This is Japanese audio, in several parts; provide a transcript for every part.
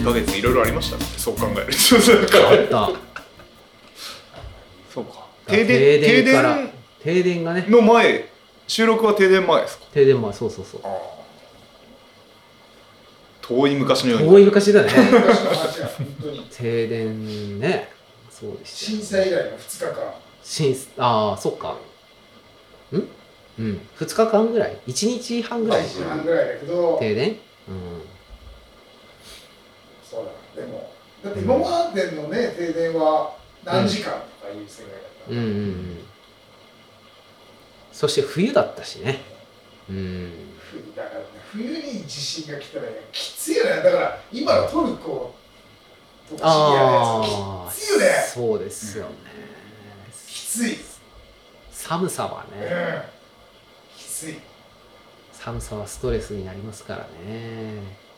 2ヶ月いろいろありましたね、そう考えるとあったそうか、 停電がねの前、収録は停電前ですか？ 停電前、そう遠い昔のように。 遠い昔だね昔の話は本当に停電ね、そうでしたよ震災以来の2日間ああ、そっか。2日間ぐらい ?1 日半ぐらい 1時半ぐらいだけど停電。 そうだ、でもだって今までのね停電は何時間とかいう世界だったから、 そして冬だったしね。 だからね、冬に地震が来たら、ね、きついよね。だから今のトルコとかシリアのやつきついよね。 そうですよね、 きつい。 寒さはね、 きつい。 寒さはストレスになりますからね。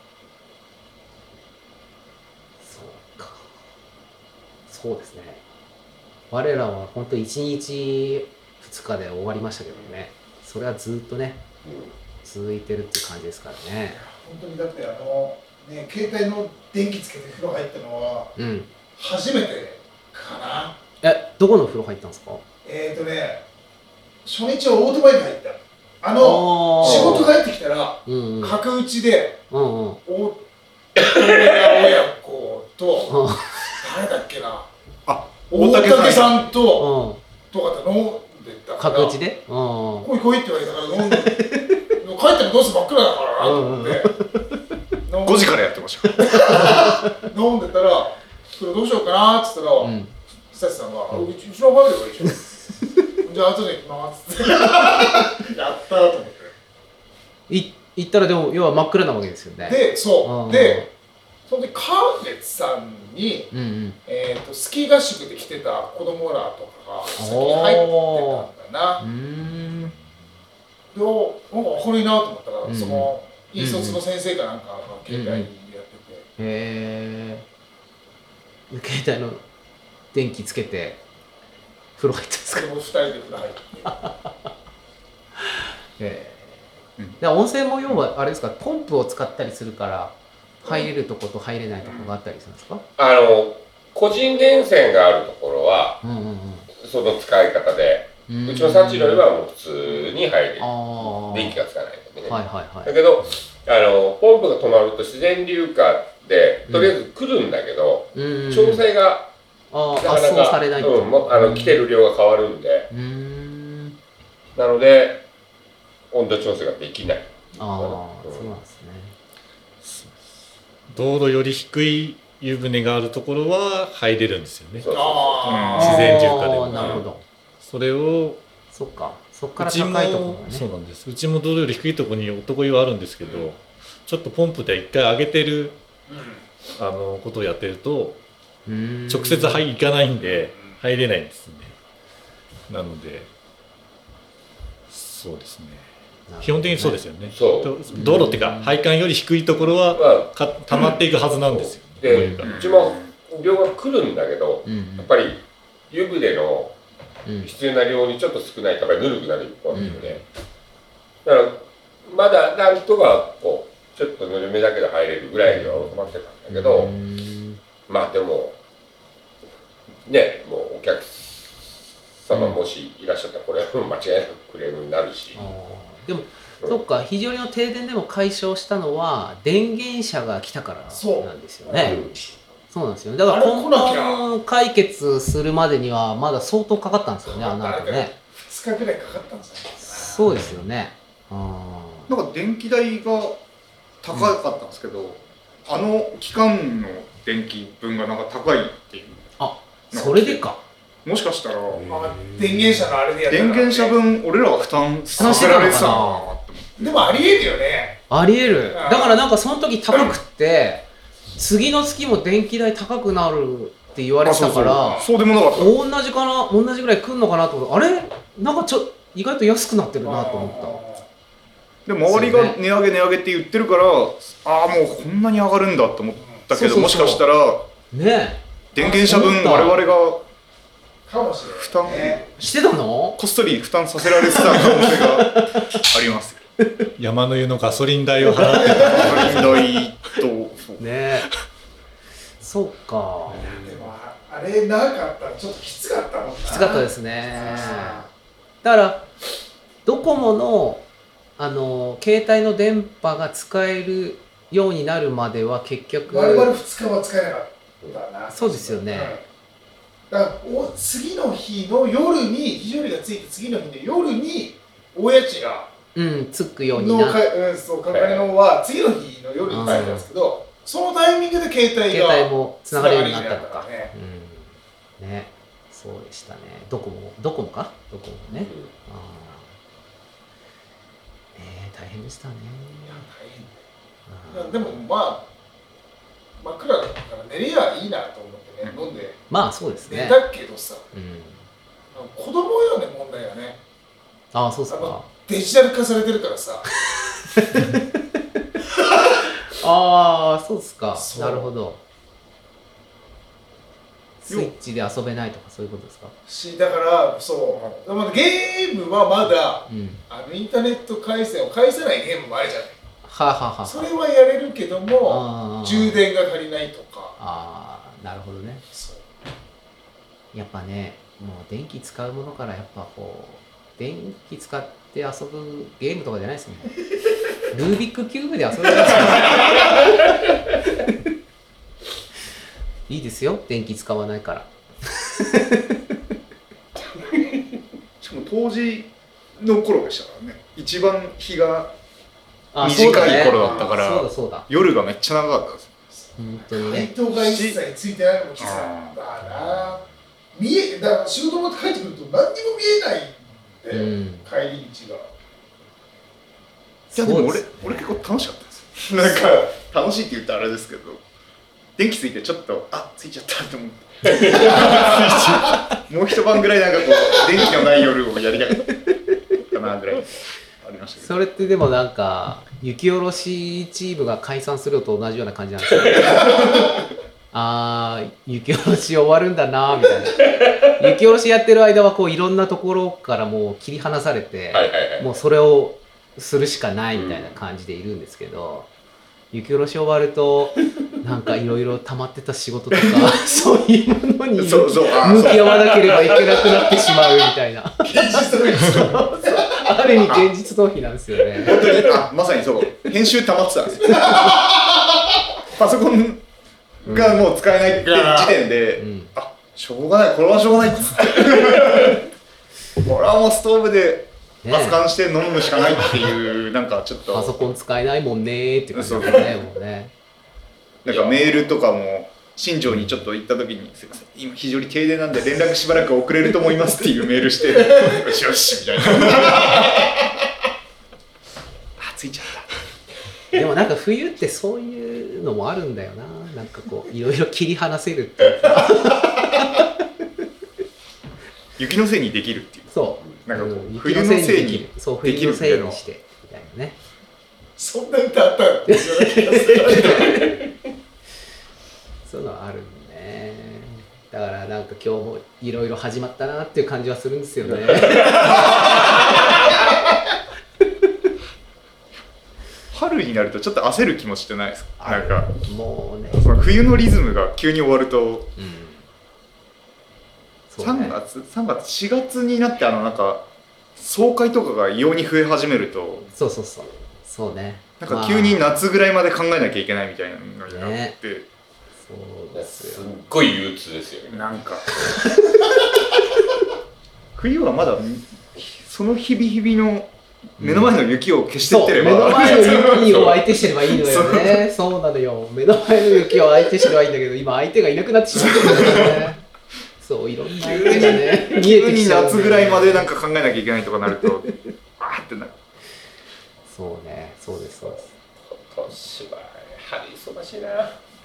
そうか、そうですね。我らは本当1日2日で終わりましたけどね、それはずっとね、続いてるっていう感じですからね。 本当にだってね、携帯の電気つけて風呂入ったのは初めてかな。 どこの風呂入ったんですか？ 初日はオートバイで入った。仕事帰ってきたら角打ちで大親子と誰だっけな、大竹さんとかで飲んでたから、 角打ちで来い来いって言われたから飲んで帰ってもどうせ真っ暗だからなと思って 5時からやってました飲んでたら、それどうしようかなって言ったら、久志さんがうちのファミリーが一緒じゃあ後で行きますってやったと思って。 行ったらでも要は真っ暗なわけですよね。 で、そうで、その時川月さんにスキー合宿で来てた子供らとかが先に入ってたんだな。で、なんか明るいなと思ったら、その引率の先生かなんかが携帯やってて、 携帯の電気つけて風呂入ったんですか？ 2人で風呂入って温泉も要はあれですか、ポンプを使ったりするから入れるとこと入れないとこがあったりするんですか？ 個人源泉があるところはその使い方で、うちの産地のりはもう普通に入れる、電気がつかないのでね。だけどポンプが止まると自然流下でとりあえず来るんだけど、調整がなかなか来てる量が変わるんで、なので温度調整ができない。 そうなんですね。 道路より低い湯船があるところは入れるんですよね。自然流下でも。 なるほど。 それをそっから高いところがね。 そうなんです。うちも道路より低いところに男湯はあるんですけど、ちょっとポンプで一回上げてることをやってると直接行かないんで入れないんですね。なのでそうですね。基本的にそうですよね。道路っていうか配管より低いところは溜まっていくはずなんですよ。 で、うちも量が来るんだけど、やっぱり湯船の必要な量にちょっと少ないとやっぱりぬるくなる一方なので、だからまだなんとかこうちょっとぬるめだけど入れるぐらいには収まってたんだけど、まあでもね、もうお客様もしいらっしゃったらこれは間違いなくクレームになるし。 でもそっか、非常にの停電でも解消したのは電源車が来たからなんですよね。そうなんですよね。だから根本解決するまでにはまだ相当かかったんですよね、あの後ね。 2日ぐらいかかったんですよね。 そうですよね。 なんか電気代が高かったんですけど、あの期間の電気分がなんか高いっていう。 それでか。 もしかしたら電源車のあれでやった電源車分俺らは負担させられてたな。 でもありえるよね。 ありえる。だからなんかその時高くって次の月も電気代高くなるって言われてたから、 そうでもなかった。 同じぐらい来るのかなと思って、あれなんか意外と安くなってるなと思った。 で周りが値上げ値上げって言ってるから、もうこんなに上がるんだと思ったけど、もしかしたらね、 電源車分我々が負担してたの？ こっそり負担させられてた可能性があります。 山の湯のガソリン代を払ってた。 ガソリン代とね。 そうか。 でもあれなかったらちょっときつかったもんな。 きつかったですね。だからドコモの携帯の電波が使えるようになるまでは結局丸々2日は使えなかったな。 そうですよね。 だから次の日の夜に非常にがついて次の日の夜に大家賃がつくようになってそう係のは次の日の夜に書いたんですけど、そのタイミングで携帯もつながるようになったとかね。そうでしたね。ドコモね。大変でしたね。 大変。でもまあ真っ暗だったから寝りゃいいなと思ってね、飲んでまあそうですね。 寝たけどさ、子供よね問題はね。 ああそうですか。 デジタル化されてるからさ。 ああそうですか。なるほど。スイッチで遊べないとかそういうことですか。 だからそうゲームはまだ、インターネット回線を返せないゲームもあるじゃない。それはやれるけども充電が足りないとか。 なるほどね。やっぱね、もう電気使うものからやっぱこう電気使って遊ぶゲームとかじゃないですもん。ルービックキューブで遊べないですよ。いいですよ、電気使わないから。 しかも当時の頃でしたからね。一番日が短い頃だったから、夜がめっちゃ長かったです。 本当にね。 街灯が一切ついてないのもきつかったな。だから仕事も帰ってくると何にも見えないんで、帰り道が。 いやでも俺結構楽しかったです。なんか楽しいって言ったらあれですけど、電気ついてちょっとついちゃったと思って。もう一晩ぐらいなんかこう電気のない夜をやりたかったなぐらいありましたけど。 それってでもなんか雪下ろしチームが解散するのと同じような感じなんですよね。雪下ろし終わるんだなみたいな。雪下ろしやってる間はこういろんなところからもう切り離されて、もうそれをするしかないみたいな感じでいるんですけど、雪下ろし終わるとなんかいろいろ溜まってた仕事とかそういうものに向き合わなければいけなくなってしまうみたいな。ある意味現実逃避なんですよね。 本当にまさにそう。編集溜まってたんですよ。パソコンがもう使えないって時点で、しょうがない、これはしょうがないっつって。これはもうストーブでパスカンして飲むしかないっていう、なんかちょっとパソコン使えないもんねーって感じですね。もうね。 なんかメールとかも新庄にちょっと行った時に、すいません今非常に停電なんで連絡しばらく遅れると思いますっていうメールしてよしよしみたいな。ついちゃった。 でもなんか冬ってそういうのもあるんだよな。なんかこういろいろ切り離せるっていうか。 雪のせいにできるっていう。 そう。 なんかこう冬のせいにできる。 そう、冬のせいにしてみたいなね。 そんな歌あったの？ そういうのはあるんね。だからなんか今日もいろいろ始まったなっていう感じはするんですよね。 春になるとちょっと焦る気持ちってないですか？なんかもうね、 冬のリズムが急に終わると、3月4月になってなんか総会とかが異様に増え始めると、 そうね。 なんか急に夏ぐらいまで考えなきゃいけないみたいなのになって、 そうですよ。 すっごい憂鬱ですよね。 なんか冬はまだその日々日々の目の前の雪を消してってれば、 目の前の雪を相手してればいいのよね。そうなのよ。目の前の雪を相手してればいいんだけど、今相手がいなくなってしまってるんだよね。そう、いろんな相手がね、見えてきちゃう、ね。 夏ぐらいまでなんか考えなきゃいけないとかなると、ってなる。 そうね、そうですそうです。 今年は春忙しいな。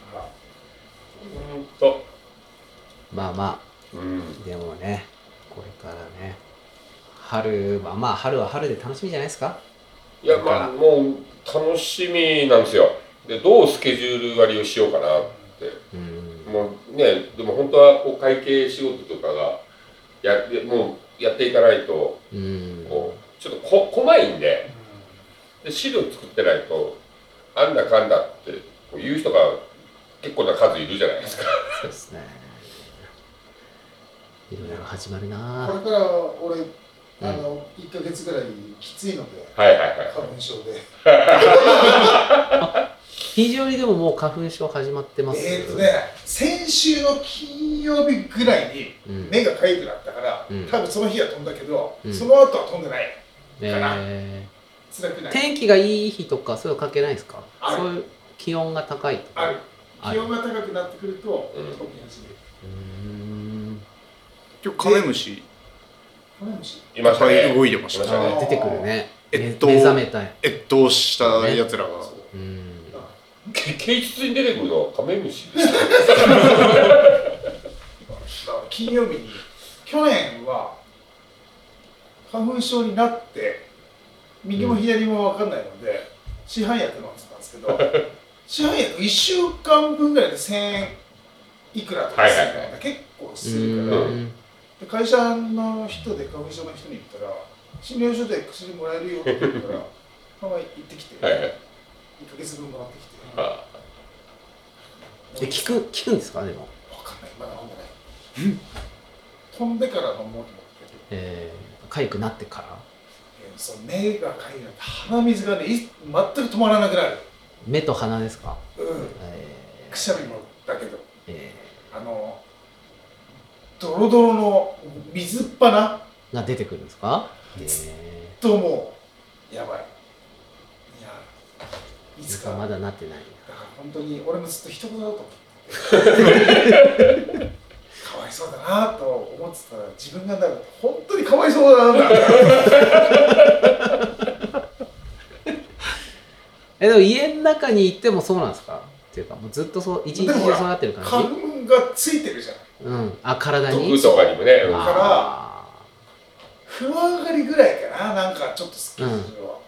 まあ、でもね、これからね、春は春は春で楽しみじゃないですか。 いやもう楽しみなんですよ。でどうスケジュール割りをしようかなって。もうね、でも本当はこう会計仕事とかがもうやっていかないと、こうちょっと細いんで、資料作ってないとあんだかんだってこう言う人が結構な数いるじゃないですか。 そうですね。いろいろ始まるな。 これから俺1ヶ月ぐらいきついので、 はいはいはい、 花粉症で。 非常にでももう花粉症始まってます。 先週の金曜日ぐらいに目がかゆくなったから、多分その日は飛んだけど、その後は飛んでないかな。辛くない。 天気がいい日とかそういうの関係ないですか？そういう気温が高いとか。 ある。気温が高くなってくると飛び始める。 今日カメムシいましたね。 動いてましたね。出てくるね。 目覚めたい。 越冬したやつらが。 啓蟄に出てくるのはカメムシ金曜日に去年は花粉症になって右も左も分かんないので市販薬飲んでたんですけど市販薬1週間分ぐらいで1000円いくらとかするのが結構するからで会社の人で花粉症の人に言ったら診療所で薬もらえるよって言ったらママ行ってきて1ヶ月分もらってきて聞くんですかでも分かんないまだ飲んでない飛んでから飲もうと思ってかゆくなってからそう目がかゆいなって鼻水がね全く止まらなくなる目と鼻ですかくしゃみもだけどドロドロの水っ鼻が出てくるんですかともうやばいいやいつかまだなってないだから本当に俺もずっと一言だと思ってかわいそうだなと思ってたら自分がなると本当にかわいそうだなでも家の中に行ってもそうなんですかっていうかもうずっとそう一日中そうなってる感じ花粉がついてるじゃない体に毒とかにもねだから風呂上がりぐらいかななんかちょっとすっきりするのは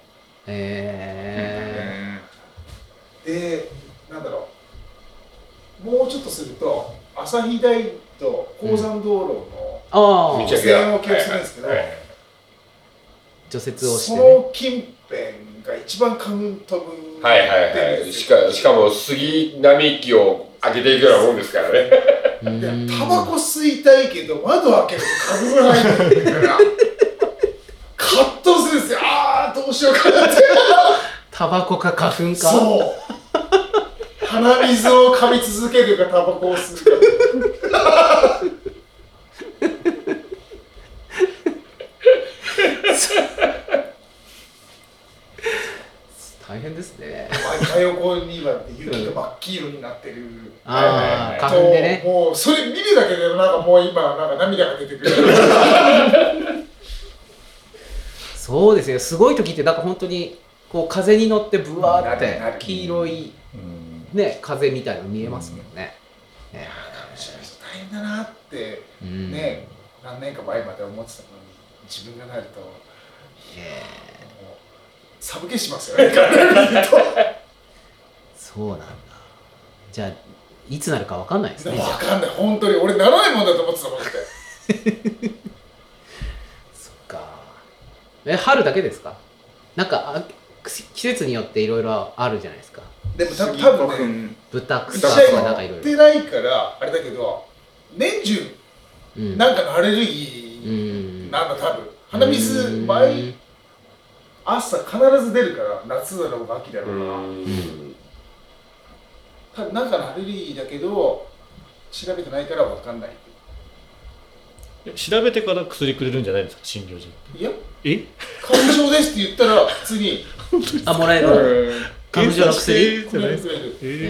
でなんだろうもうちょっとすると朝日大と鉱山道路の道線分けをするんですけど除雪をして、 その近辺が一番花粉飛ぶしかも杉並木を開けていくようなもんですからねタバコ吸いたいけど窓開けると花粉が入ってくるから葛藤するんですよどうしようかなってタバコか花粉かそう鼻水を噛み続けるかタバコを吸うか大変ですね真横には雪が真っ黄色になってる花粉でねもうそれ見るだけでなんかもう今なんか涙が出てくるそうですよすごい時ってなんか本当にこう風に乗ってブワーって黄色いね風みたいなの見えますもんね大変だなってね何年か前まで思ってたのに自分がなると寒気しますよねそうなんだじゃあいつなるか分かんないですね分かんない本当に俺ならないもんだと思ってたもんってそっか春だけですかなんか季節によっていろいろあるじゃないですかでも多分ね豚草とかなんかいろいろやってないからあれだけど年中なんかのアレルギーなんだ多分鼻水朝必ず出るから夏だろうが秋だろうが多分なんかのアレルギーだけど調べてないから分かんない調べてから薬くれるんじゃないですか診療所いや花粉症ですって言ったら普通にもらえる花粉症の薬くれるそうなん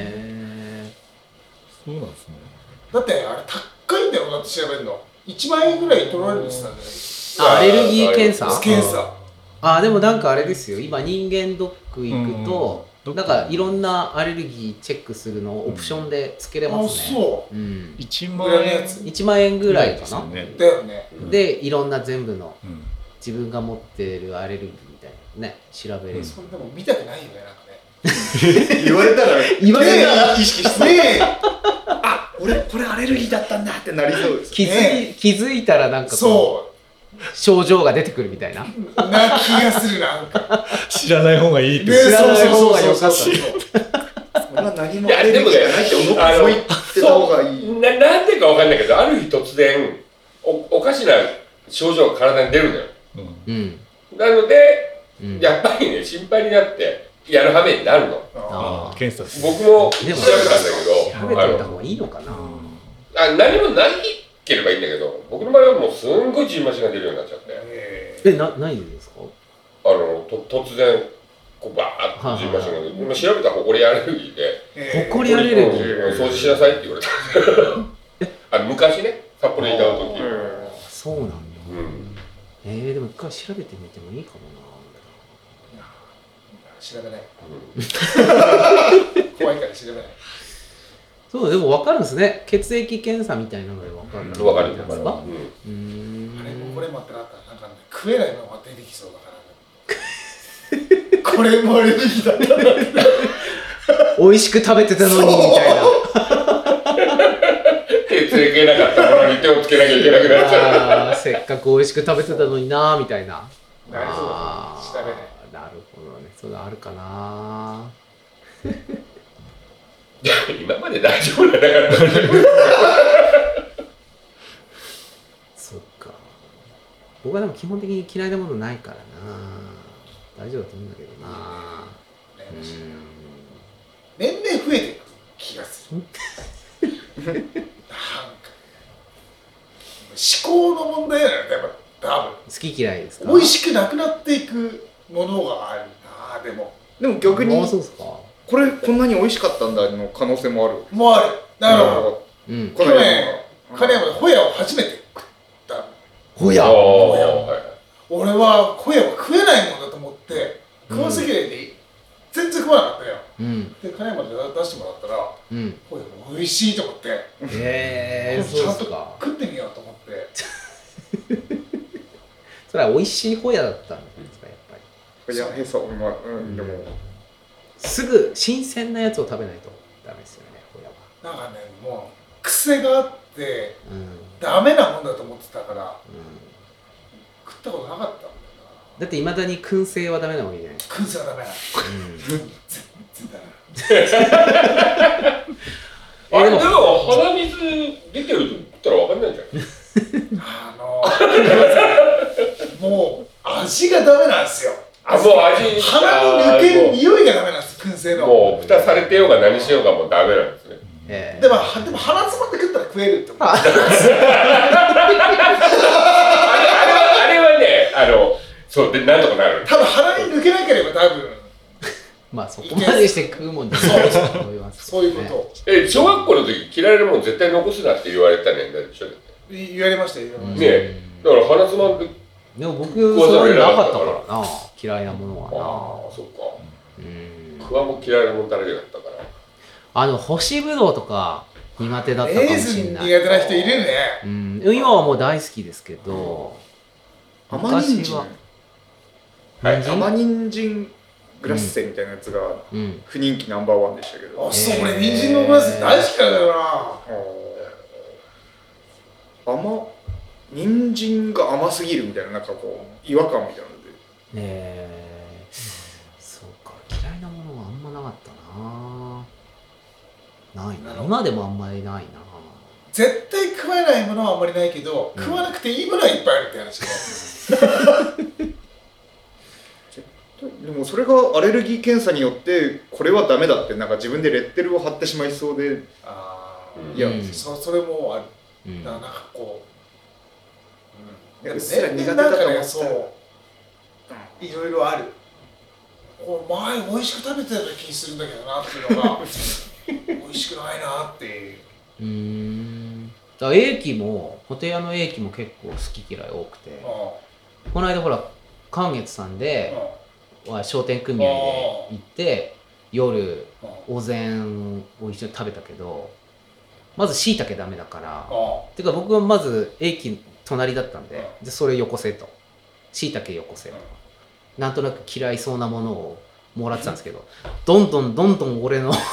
ですねだってあれ高いんだよだって調べるの1万円ぐらい取られるって言ってたんじゃないアレルギー検査でもなんかあれですよ今人間ドック行くとなんかいろんなアレルギーチェックするのをオプションでつけれますね 1 万円ぐらいかなだよねでいろんな全部の自分が持ってるアレルギーみたいなね調べれるそれでも見たくないよねなんかね言われたら意識して俺これアレルギーだったんだってなりそうです気づいたらなんかそう症状が出てくるみたいな気がするなんか知らない方がいいって知らない方がよかった俺は何もアレルギーがないって思ってた方がいい。 なんでかわかんないけど、ある日突然おかしな症状が体に出るのよ。なので、やっぱりね、心配になってやる羽目になるの。 検査僕も調べたんだけど、調べておいた方がいいのかな。 何もないければいいんだけど、僕の場合はもうすんごいじんましが出るようになっちゃって。 ないんですか？ 突然こうバーッとじんましが出る。今調べたらホコリアレルギーで。 ホコリアレルギー？ 掃除しなさいって言われた。昔ね、札幌にいた時。 そうなんだ。でも一回調べてみてもいいかもな。 調べない。怖いから調べない。 そう、でも分かるんですね。血液検査みたいなので分かるんですか？ 分かる。 あれもこれもってなったらなんか食えないのが出てきそうだから。これもアレルギーだった。 美味しく食べてたのにみたいな。 手つけなかったものに手をつけなきゃいけなくなっちゃう。 せっかく美味しく食べてたのになみたいな。 なるほど。調べない。 なるほどね。それあるかな。 今まで大丈夫だからそっか。僕はでも基本的に嫌いなものないからな。大丈夫だと思うんだけどな。 年々増えていく気がする。なんか思考の問題だよね。多分好き嫌いですか？ 美味しくなくなっていくものがあるな。でも逆にそうですか。 これこんなに美味しかったんだの可能性もある。 もうある。なるほど。去年金山でホヤを初めて食った。 ホヤ。 俺はホヤは食えないものだと思って食わせきれで全然食わなかったよ。で金山で出してもらったらホヤも美味しいと思って。ちゃんと食ってみようと思って。 それは美味しいホヤだったんですか、やっぱり。 いや、でもすぐ新鮮なやつを食べないとダメですよね、ホヤは。 なんかね、もう癖があってダメなもんだと思ってたから、食ったことなかったんだよな。 だっていまだに燻製はダメなわけじゃないですか。 燻製はダメなの。全然ダメ。 でも鼻水出てると言ったら分かんないじゃん。 もう味がダメなんですよ。 もう味鼻に抜ける匂いがダメなんです、燻製の。 もう蓋されてようが何しようがもうダメなんですね。 でも鼻詰まって食ったら食えるって思う。あれはね、そうでなんとかなる。 多分鼻に抜けなければ多分。 まあそこまでして食うもんじゃないと思います。 そういうこと。 小学校の時嫌いなもの絶対残すなって言われた年代でしょ。 言われましたよ。 ね、だから鼻詰まって。 でも僕それなかったからな、嫌いなものはな。 ああ、そっか。クワも嫌いなものだらけだったから。 干しぶどうとか苦手だったかもしれない。 レーズン苦手な人いるね。 今はもう大好きですけど、 甘人参。甘人参グラッセみたいなやつが不人気ナンバーワンでしたけど。 あ、そう、俺人参のグラッセ大好きだよな。 人参が甘すぎるみたいな、なんかこう違和感みたいなので。 そうか、嫌いなものはあんまなかったな。ないな。今でもあんまりないな。 絶対食えないものはあんまりないけど、食わなくていいものはいっぱいあるって話ね。 でもそれがアレルギー検査によってこれはダメだってなんか自分でレッテルを貼ってしまいそうで。 いや、それもある。なんかこう、 うっすら苦手だと思ったらいろいろある。前美味しく食べてた気するんだけどなっていうのが美味しくないなっていう。 だから英気もホテ屋の英気も結構好き嫌い多くて、この間ほら寛月さんで商店組合で行って夜お膳を一緒に食べたけど、まず椎茸ダメだからてか僕はまず英気隣だったんで、それよこせと、椎茸よこせと、なんとなく嫌いそうなものをもらってたんですけど、どんどん俺の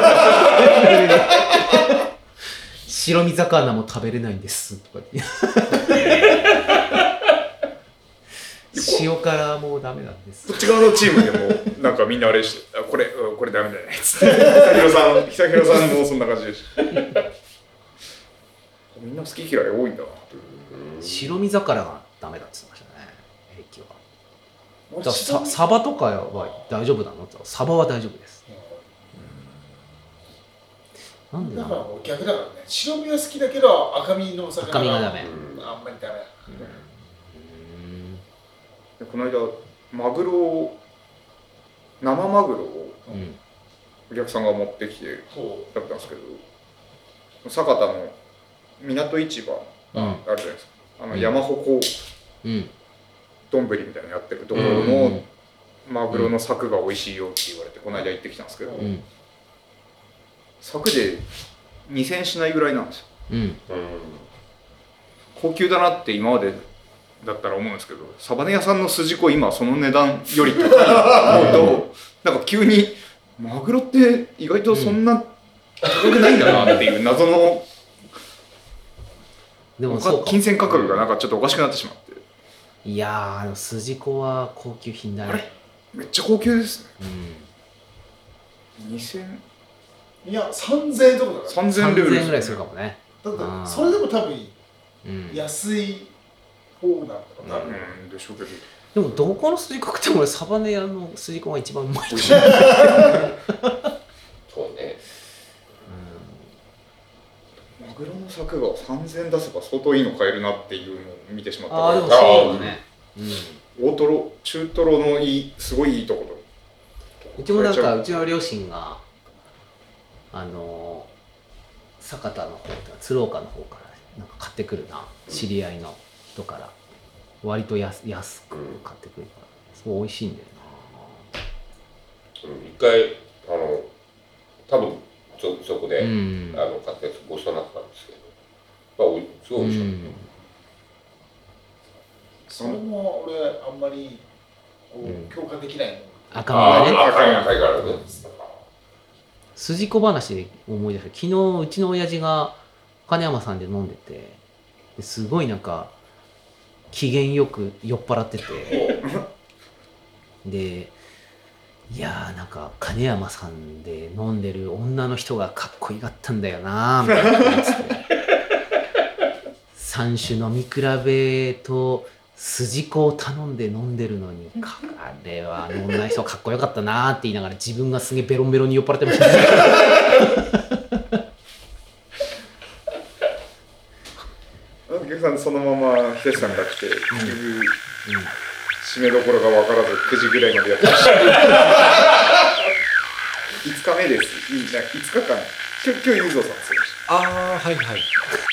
白身魚も食べれないんですとか塩辛もダメなんです。 そっち側のチームでもなんかみんなあれしてこれダメだよねっつって久弘さんもそんな感じでしたみんな好き嫌い多いんだな。 白身魚がダメだって言ってましたね、平気は。だからサバとかは大丈夫なのって言ったらサバは大丈夫です。なんでだから逆だからね、白身は好きだけど赤身の魚赤身がダメ、 あんまりダメ。 この間生マグロをお客さんが持ってきてだったんですけど、酒田の港市場あるじゃないですか、山鉾丼みたいなのやってるところのマグロの柵が美味しいよって言われてこの間行ってきたんですけど、柵で2000円しないぐらいなんですよ、高級だなって今までだったら思うんですけど、サバネ屋さんの筋子今その値段より高いと思うとなんか急にマグロって意外とそんな高くないんだなっていう謎のでもそう金銭価格がなんかちょっとおかしくなってしまって、 いやー筋子は高級品だね。 あれめっちゃ高級ですね、2000 いや3000円とかだから 3000円レベル 3000円ぐらいするかもね。 だってそれでも多分安い方なんだろうな、 でしょうけど、 でもどこの筋子食っても俺サバネ屋の筋子が一番うまいと思う。 そうね。 マグロの柵が3000円出せば相当いいの買えるなっていうのを見てしまったから、でもそうだね、 大トロ中トロのすごいいいところ、 うちもなんかうちの両親が酒田の方鶴岡の方からなんか買ってくるな、知り合いの人から割と安く買ってくるからすごい美味しいんだよな。一回多分そこで、買ったやつごちそうになったんですけど、すごい美味しかった。 それも俺あんまり共感できないの。 赤身がね。 赤いからね。 筋子話で思い出した。昨日うちの親父が金山さんで飲んでて、すごいなんか機嫌よく酔っ払ってて、でいやーなんか金山さんで飲んでる女の人がかっこよかったんだよなーみたいな感じで3種飲み比べと筋子を頼んで飲んでるのにあれは女の人かっこよかったなーって言いながら自分がすげえベロンベロンに酔っ払ってましたね。 お客さんそのまま秀さんが来て締めどころが分からず9時ぐらいまでやってました。5日目です。5日間。今日ゆうぞうさんですよ。 はいはい。